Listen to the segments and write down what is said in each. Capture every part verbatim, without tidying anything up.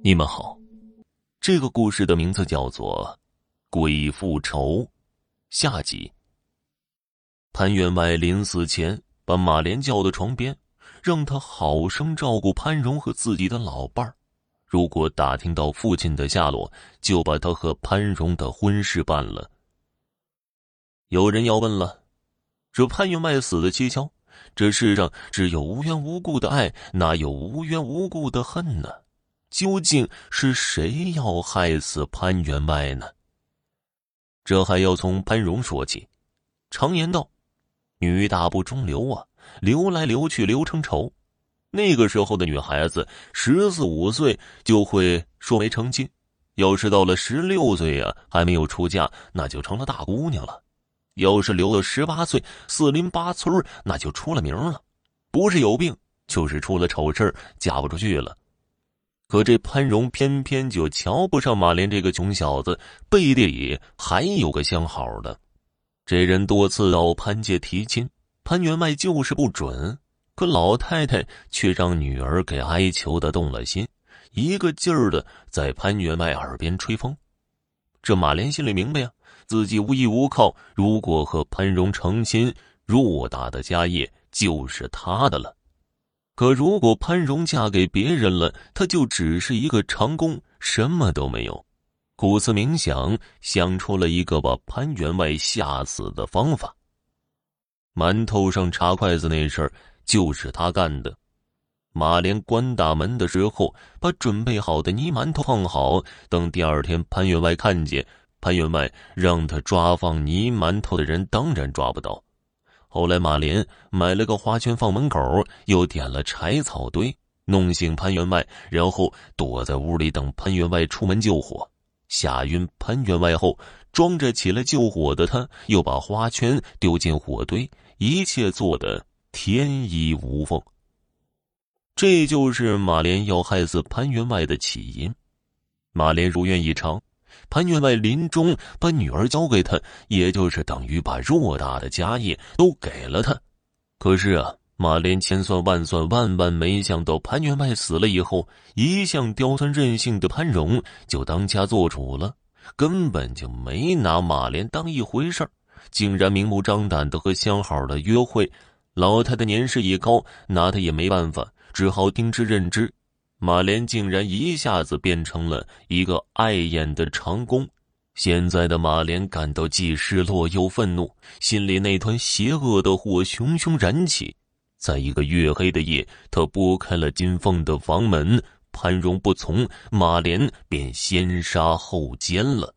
你们好，这个故事的名字叫做《鬼复仇》下集。潘员外临死前把马莲叫到床边，让他好生照顾潘荣和自己的老伴儿。如果打听到父亲的下落，就把他和潘荣的婚事办了。有人要问了，这潘员外死的蹊跷，这世上只有无缘无故的爱，哪有无缘无故的恨呢？究竟是谁要害死潘员外呢？这还要从潘荣说起。常言道，女大不中留啊，留来留去留成仇。那个时候的女孩子十四五岁就会说媒成亲，要是到了十六岁啊还没有出嫁，那就成了大姑娘了。要是留到十八岁，四邻八村那就出了名了，不是有病就是出了丑事，嫁不出去了。可这潘荣偏偏就瞧不上马莲这个穷小子，背地里还有个相好的。这人多次到潘家提亲，潘员外就是不准，可老太太却让女儿给哀求的动了心，一个劲儿的在潘员外耳边吹风。这马莲心里明白呀，自己无依无靠，如果和潘荣成亲，偌大的家业就是他的了。可如果潘荣嫁给别人了，她就只是一个长工，什么都没有。苦思冥想，想出了一个把潘员外吓死的方法。馒头上插筷子那事儿就是他干的。马莲关大门的时候，把准备好的泥馒头放好，等第二天潘员外看见，潘员外让他抓放泥馒头的人当然抓不到。后来马莲买了个花圈放门口，又点了柴草堆，弄醒潘员外，然后躲在屋里等潘员外出门救火。吓晕潘员外后，装着起来救火的他又把花圈丢进火堆，一切做得天衣无缝。这就是马莲要害死潘员外的起因。马莲如愿以偿，潘员外临终把女儿交给他，也就是等于把偌大的家业都给了他。可是啊，马莲千算万算，万万没想到潘员外死了以后，一向刁钻任性的潘荣就当家做主了，根本就没拿马莲当一回事儿，竟然明目张胆的和相好的约会。老太太年事已高，拿他也没办法，只好听之任之。马莲竟然一下子变成了一个碍眼的长工。现在的马莲感到既失落又愤怒，心里那团邪恶的火熊熊燃起。在一个月黑的夜，他拨开了金凤的房门，潘荣不从，马莲便先杀后奸了。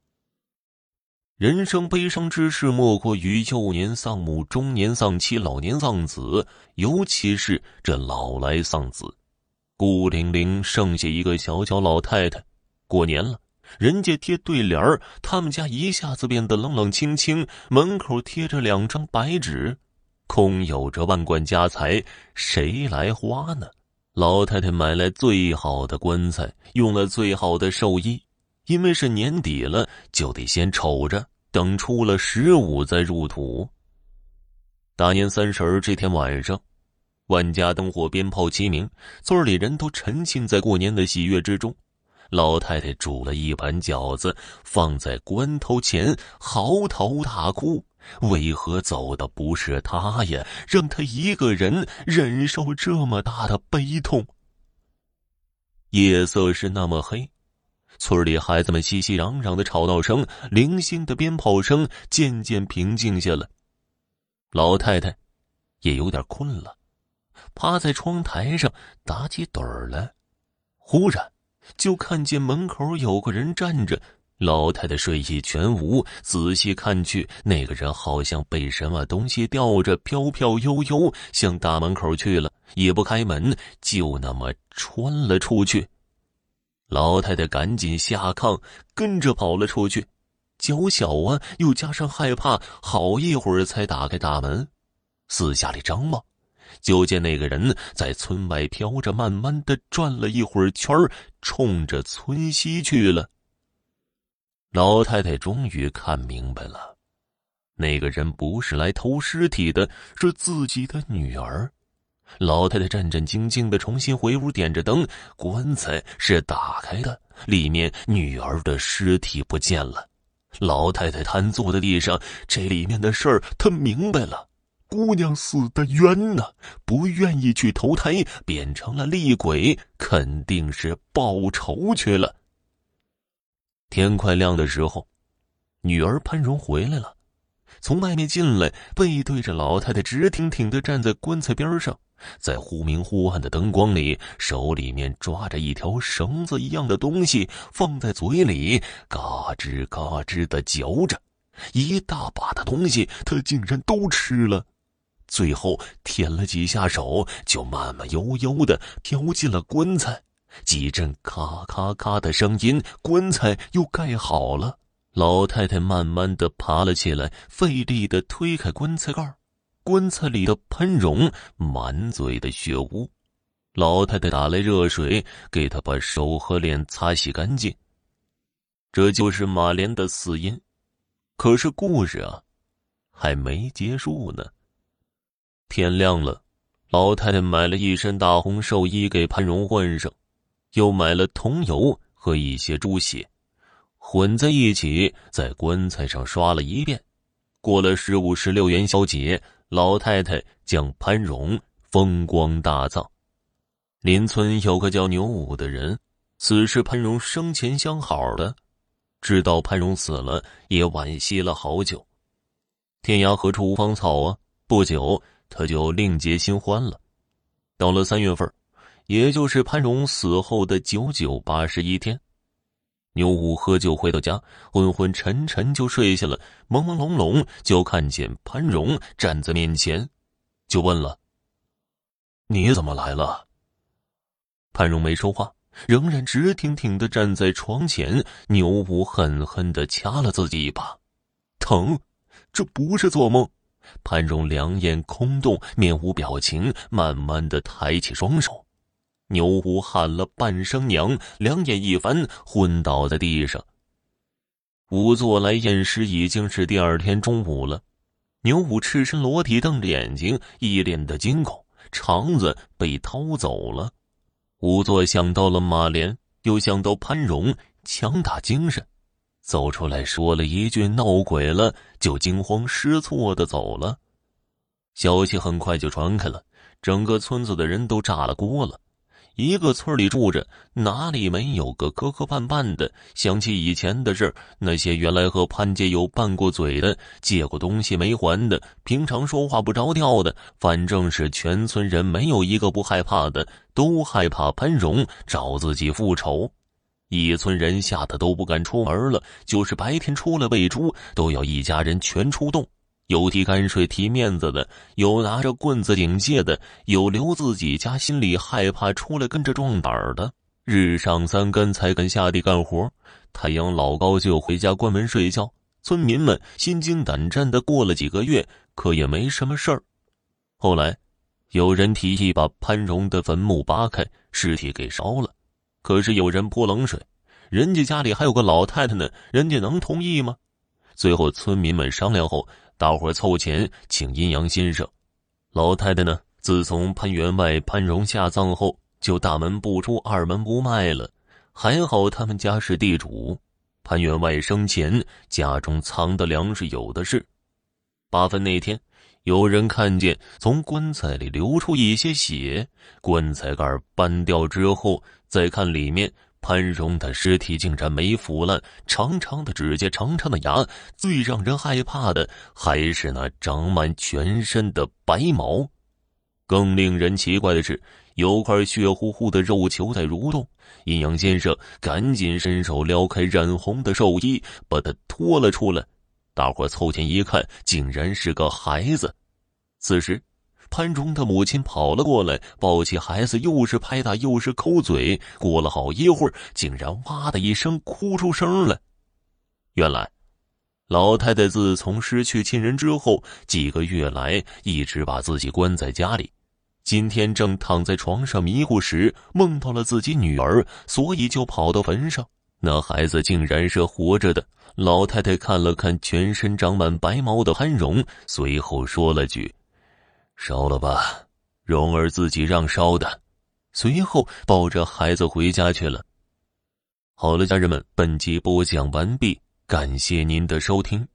人生悲伤之事莫过于幼年丧母，中年丧妻，老年丧子，尤其是这老来丧子。孤零零剩下一个小小老太太。过年了，人家贴对联儿，他们家一下子变得冷冷清清，门口贴着两张白纸，空有着万贯家财，谁来花呢？老太太买来最好的棺材，用了最好的寿衣，因为是年底了，就得先瞅着，等出了十五再入土。大年三十儿这天晚上，万家灯火，鞭炮齐鸣，村里人都沉浸在过年的喜悦之中。老太太煮了一盘饺子，放在棺头前，嚎啕大哭。为何走的不是他呀？让他一个人忍受这么大的悲痛。夜色是那么黑，村里孩子们熙熙攘攘的吵闹声，零星的鞭炮声渐渐平静下来。老太太也有点困了，趴在窗台上打起盹儿来。忽然就看见门口有个人站着，老太太睡意全无，仔细看去，那个人好像被什么东西吊着，飘飘悠悠向大门口去了，也不开门，就那么穿了出去。老太太赶紧下炕，跟着跑了出去，脚小啊，又加上害怕，好一会儿才打开大门，四下里张望，就见那个人在村外飘着，慢慢的转了一会儿圈儿，冲着村西去了。老太太终于看明白了，那个人不是来偷尸体的，是自己的女儿。 老太太战战兢兢地重新回屋，点着灯，棺材是打开的，里面女儿的尸体不见了。老太太瘫坐在地上，这里面的事儿她明白了，姑娘死得冤呐，不愿意去投胎，变成了厉鬼，肯定是报仇去了。天快亮的时候，女儿潘荣回来了，从外面进来，背对着老太太，直挺挺地站在棺材边上，在忽明忽暗的灯光里，手里面抓着一条绳子一样的东西，放在嘴里，嘎吱嘎吱地嚼着，一大把的东西，他竟然都吃了。最后舔了几下手，就慢慢悠悠地飘进了棺材。几阵咔咔咔的声音，棺材又盖好了。老太太慢慢地爬了起来，费力地推开棺材盖。棺材里的潘荣满嘴的血污，老太太打来热水，给她把手和脸擦洗干净。这就是马莲的死因。可是故事啊，还没结束呢。天亮了，老太太买了一身大红寿衣给潘荣换上，又买了桐油和一些猪血，混在一起在棺材上刷了一遍。过了十五十六元宵节，老太太将潘荣风光大葬。邻村有个叫牛武的人，此是潘荣生前相好的，知道潘荣死了，也惋惜了好久。天涯何处无芳草啊，不久他就另结新欢了。到了三月份，也就是潘荣死后的九九八十一天，牛武喝酒回到家，昏昏沉沉就睡下了，朦朦胧胧就看见潘荣站在面前，就问了：你怎么来了？潘荣没说话，仍然直挺挺地站在床前。牛武狠狠地掐了自己一把，疼，这不是做梦。潘荣两眼空洞，面无表情，慢慢地抬起双手。牛武喊了半声娘，两眼一翻，昏倒在地上。仵作来验尸已经是第二天中午了。牛武赤身裸体，瞪着眼睛，一脸的惊恐，肠子被掏走了。仵作想到了马莲，又想到潘荣，强打精神，走出来说了一句闹鬼了，就惊慌失措地走了。消息很快就传开了，整个村子的人都炸了锅了。一个村里住着，哪里没有个磕磕绊绊的？想起以前的事，那些原来和潘家有拌过嘴的，借过东西没还的，平常说话不着调的，反正是全村人没有一个不害怕的，都害怕潘荣找自己复仇。一村人吓得都不敢出门了，就是白天出来喂猪，都要一家人全出动。有提泔水提面子的，有拿着棍子警戒的，有留自己家心里害怕出来跟着壮胆的。日上三竿才敢下地干活，太阳老高就回家关门睡觉。村民们心惊胆战的过了几个月，可也没什么事儿。后来有人提议把潘荣的坟墓扒开，尸体给烧了，可是有人泼冷水，人家家里还有个老太太呢，人家能同意吗？最后村民们商量后，大伙凑钱请阴阳先生。老太太呢，自从潘员外潘荣下葬后，就大门不出二门不迈了。还好他们家是地主，潘员外生前家中藏的粮食有的是。八分那天，有人看见从棺材里流出一些血，棺材盖搬掉之后，再看里面，潘荣的尸体竟然没腐烂，长长的指甲，长长的牙，最让人害怕的还是那长满全身的白毛。更令人奇怪的是，有块血乎乎的肉球在蠕动。阴阳先生赶紧伸手撩开染红的寿衣，把它拖了出来。大伙凑近一看，竟然是个孩子。此时潘荣的母亲跑了过来，抱起孩子，又是拍打又是抠嘴，过了好一会儿，竟然哇的一声哭出声来。原来老太太自从失去亲人之后，几个月来一直把自己关在家里。今天正躺在床上迷糊时，梦到了自己女儿，所以就跑到坟上。那孩子竟然是活着的。老太太看了看全身长满白毛的潘荣，随后说了句：烧了吧， 蓉儿自己让烧的，随后抱着孩子回家去了。好了，家人们，本集播讲完毕，感谢您的收听。